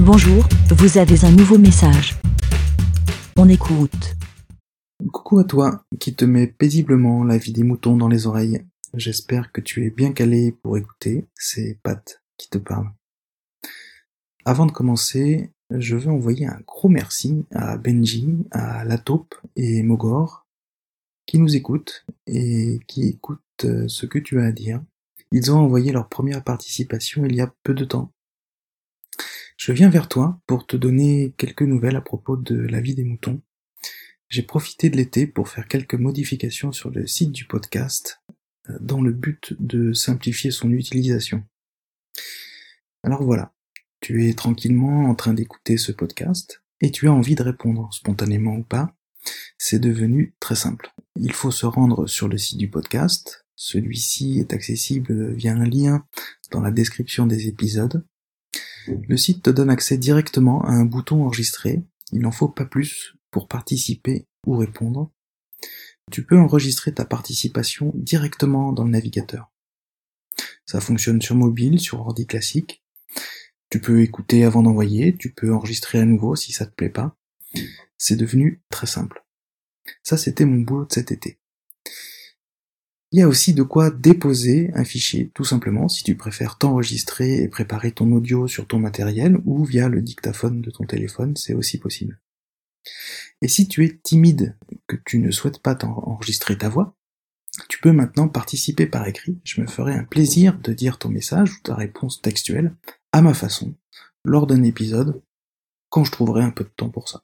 Bonjour, vous avez un nouveau message. On écoute. Coucou à toi, qui te met paisiblement la vie des moutons dans les oreilles. J'espère que tu es bien calé pour écouter, c'est Pat qui te parle. Avant de commencer, je veux envoyer un gros merci à Benji, à La Taupe et Mogor, qui nous écoutent et qui écoutent ce que tu as à dire. Ils ont envoyé leur première participation il y a peu de temps. Je viens vers toi pour te donner quelques nouvelles à propos de la vie des moutons. J'ai profité de l'été pour faire quelques modifications sur le site du podcast dans le but de simplifier son utilisation. Alors voilà, tu es tranquillement en train d'écouter ce podcast et tu as envie de répondre, spontanément ou pas. C'est devenu très simple. Il faut se rendre sur le site du podcast. Celui-ci est accessible via un lien dans la description des épisodes. Le site te donne accès directement à un bouton enregistré. Il n'en faut pas plus pour participer ou répondre. Tu peux enregistrer ta participation directement dans le navigateur. Ça fonctionne sur mobile, sur ordi classique. Tu peux écouter avant d'envoyer, tu peux enregistrer à nouveau si ça te plaît pas. C'est devenu très simple. Ça, c'était mon boulot de cet été. Il y a aussi de quoi déposer un fichier, tout simplement, si tu préfères t'enregistrer et préparer ton audio sur ton matériel ou via le dictaphone de ton téléphone, c'est aussi possible. Et si tu es timide, que tu ne souhaites pas enregistrer ta voix, tu peux maintenant participer par écrit. Je me ferai un plaisir de dire ton message ou ta réponse textuelle à ma façon, lors d'un épisode, quand je trouverai un peu de temps pour ça.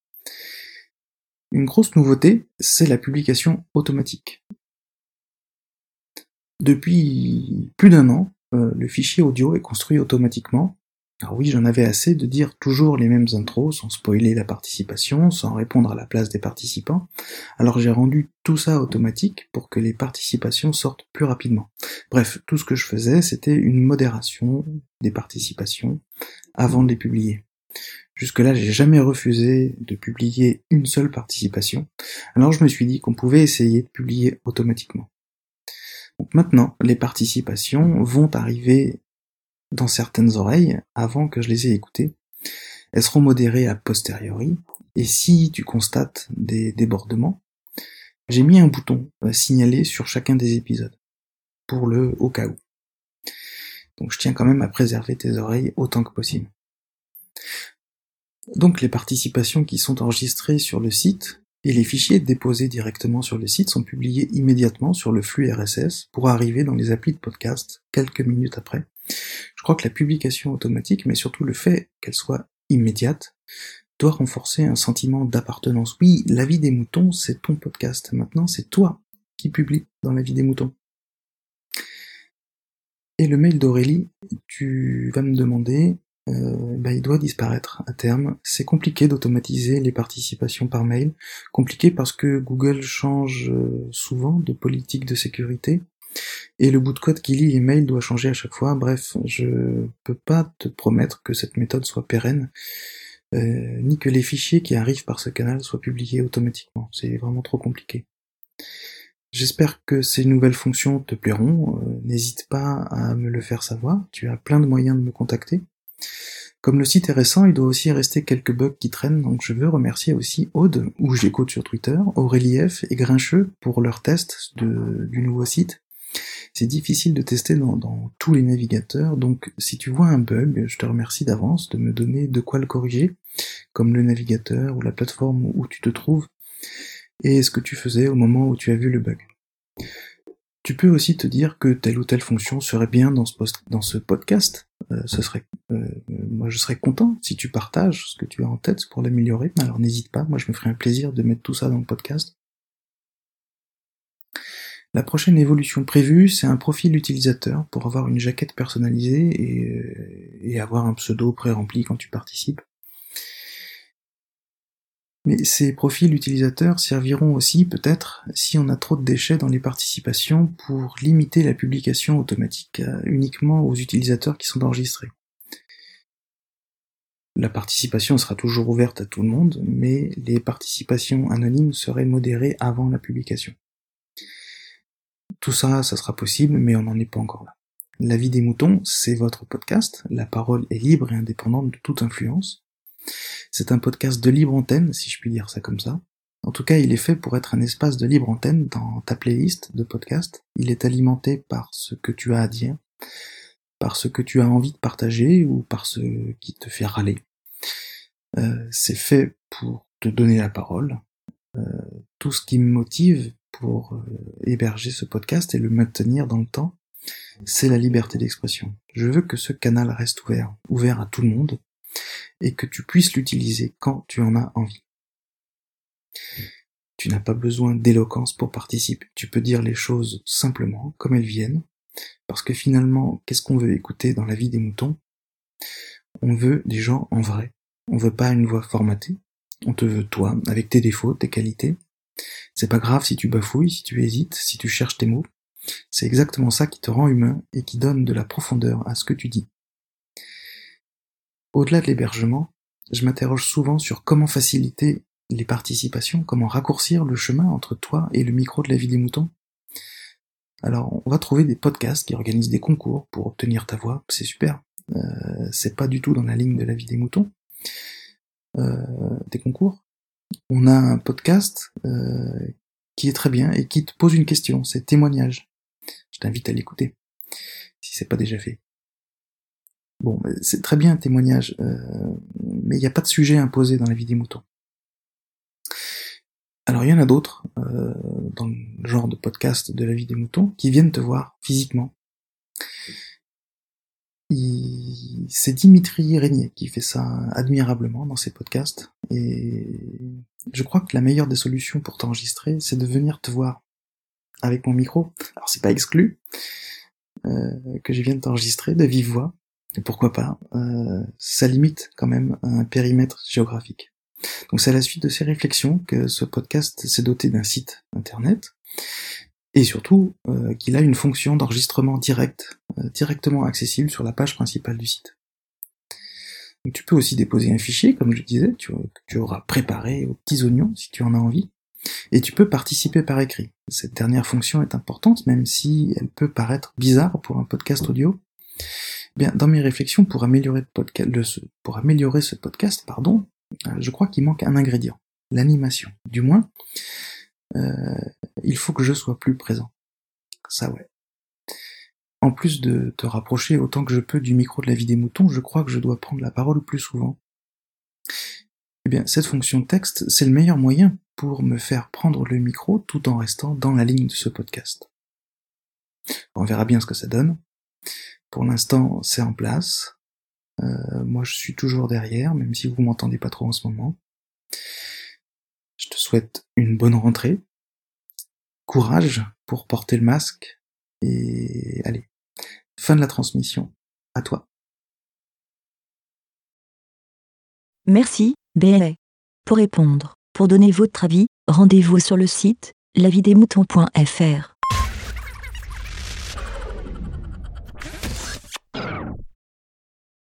Une grosse nouveauté, c'est la publication automatique. Depuis plus d'un an, le fichier audio est construit automatiquement. Alors oui, j'en avais assez de dire toujours les mêmes intros, sans spoiler la participation, sans répondre à la place des participants. Alors j'ai rendu tout ça automatique pour que les participations sortent plus rapidement. Bref, tout ce que je faisais, c'était une modération des participations avant de les publier. Jusque-là, j'ai jamais refusé de publier une seule participation. Alors je me suis dit qu'on pouvait essayer de publier automatiquement. Donc maintenant, les participations vont arriver dans certaines oreilles avant que je les ai écoutées. Elles seront modérées a posteriori, et si tu constates des débordements, j'ai mis un bouton signalé sur chacun des épisodes, pour le au cas où. Donc je tiens quand même à préserver tes oreilles autant que possible. Donc les participations qui sont enregistrées sur le site et les fichiers déposés directement sur le site sont publiés immédiatement sur le flux RSS pour arriver dans les applis de podcast quelques minutes après. Je crois que la publication automatique, mais surtout le fait qu'elle soit immédiate, doit renforcer un sentiment d'appartenance. Oui, la vie des moutons, c'est ton podcast. Maintenant, c'est toi qui publies dans la vie des moutons. Et le mail d'Aurélie, tu vas me demander, il doit disparaître à terme. C'est compliqué d'automatiser les participations par mail. Compliqué parce que Google change souvent de politique de sécurité. Et le bout de code qui lit les mails doit changer à chaque fois. Bref, je peux pas te promettre que cette méthode soit pérenne, ni que les fichiers qui arrivent par ce canal soient publiés automatiquement. C'est vraiment trop compliqué. J'espère que ces nouvelles fonctions te plairont. N'hésite pas à me le faire savoir. Tu as plein de moyens de me contacter. Comme le site est récent, il doit aussi rester quelques bugs qui traînent, donc je veux remercier aussi Aude, ou j'écoute sur Twitter, Aurélie F et Grincheux pour leur test du nouveau site. C'est difficile de tester dans tous les navigateurs, donc si tu vois un bug, je te remercie d'avance de me donner de quoi le corriger, comme le navigateur ou la plateforme où tu te trouves, et ce que tu faisais au moment où tu as vu le bug. Tu peux aussi te dire que telle ou telle fonction serait bien dans ce podcast. Moi je serais content si tu partages ce que tu as en tête pour l'améliorer, alors n'hésite pas, moi je me ferai un plaisir de mettre tout ça dans le podcast. La prochaine évolution prévue, c'est un profil utilisateur pour avoir une jaquette personnalisée et avoir un pseudo pré-rempli quand tu participes. Mais ces profils utilisateurs serviront aussi, peut-être, si on a trop de déchets dans les participations, pour limiter la publication automatique uniquement aux utilisateurs qui sont enregistrés. La participation sera toujours ouverte à tout le monde, mais les participations anonymes seraient modérées avant la publication. Tout ça, ça sera possible, mais on n'en est pas encore là. La vie des moutons, c'est votre podcast. La parole est libre et indépendante de toute influence. C'est un podcast de libre antenne, si je puis dire ça comme ça. En tout cas, il est fait pour être un espace de libre antenne dans ta playlist de podcast. Il est alimenté par ce que tu as à dire, par ce que tu as envie de partager ou par ce qui te fait râler. C'est fait pour te donner la parole. Tout ce qui me motive pour héberger ce podcast et le maintenir dans le temps, c'est la liberté d'expression. Je veux que ce canal reste ouvert à tout le monde, et que tu puisses l'utiliser quand tu en as envie. Tu n'as pas besoin d'éloquence pour participer. Tu peux dire les choses simplement, comme elles viennent, parce que finalement, qu'est-ce qu'on veut écouter dans la vie des moutons ? On veut des gens en vrai. On veut pas une voix formatée. On te veut toi, avec tes défauts, tes qualités. C'est pas grave si tu bafouilles, si tu hésites, si tu cherches tes mots. C'est exactement ça qui te rend humain et qui donne de la profondeur à ce que tu dis. Au-delà de l'hébergement, je m'interroge souvent sur comment faciliter les participations, comment raccourcir le chemin entre toi et le micro de la vie des moutons. Alors, on va trouver des podcasts qui organisent des concours pour obtenir ta voix, c'est super. C'est pas du tout dans la ligne de la vie des moutons. Des concours. On a un podcast qui est très bien et qui te pose une question, c'est témoignage. Je t'invite à l'écouter, si c'est pas déjà fait. Bon, c'est très bien un témoignage, mais il n'y a pas de sujet imposé dans la vie des moutons. Alors il y en a d'autres, dans le genre de podcast de la vie des moutons, qui viennent te voir physiquement. C'est Dimitri Régnier qui fait ça admirablement dans ses podcasts, et je crois que la meilleure des solutions pour t'enregistrer, c'est de venir te voir avec mon micro. Alors c'est pas exclu que je vienne t'enregistrer de vive voix, et pourquoi pas, ça limite quand même un périmètre géographique. Donc c'est à la suite de ces réflexions que ce podcast s'est doté d'un site internet, et surtout qu'il a une fonction d'enregistrement direct, directement accessible sur la page principale du site. Donc tu peux aussi déposer un fichier, comme je disais, que tu auras préparé aux petits oignons si tu en as envie, et tu peux participer par écrit. Cette dernière fonction est importante, même si elle peut paraître bizarre pour un podcast audio. Bien, dans mes réflexions pour améliorer ce podcast, je crois qu'il manque un ingrédient, l'animation. Du moins, il faut que je sois plus présent. Ça ouais. En plus de te rapprocher autant que je peux du micro de la vie des moutons, je crois que je dois prendre la parole plus souvent. Eh bien, cette fonction texte, c'est le meilleur moyen pour me faire prendre le micro tout en restant dans la ligne de ce podcast. On verra bien ce que ça donne. Pour l'instant, c'est en place. Moi, je suis toujours derrière, même si vous m'entendez pas trop en ce moment. Je te souhaite une bonne rentrée. Courage pour porter le masque. Et allez, fin de la transmission. À toi. Merci, BLA. Pour répondre, pour donner votre avis, rendez-vous sur le site lavidesmoutons.fr.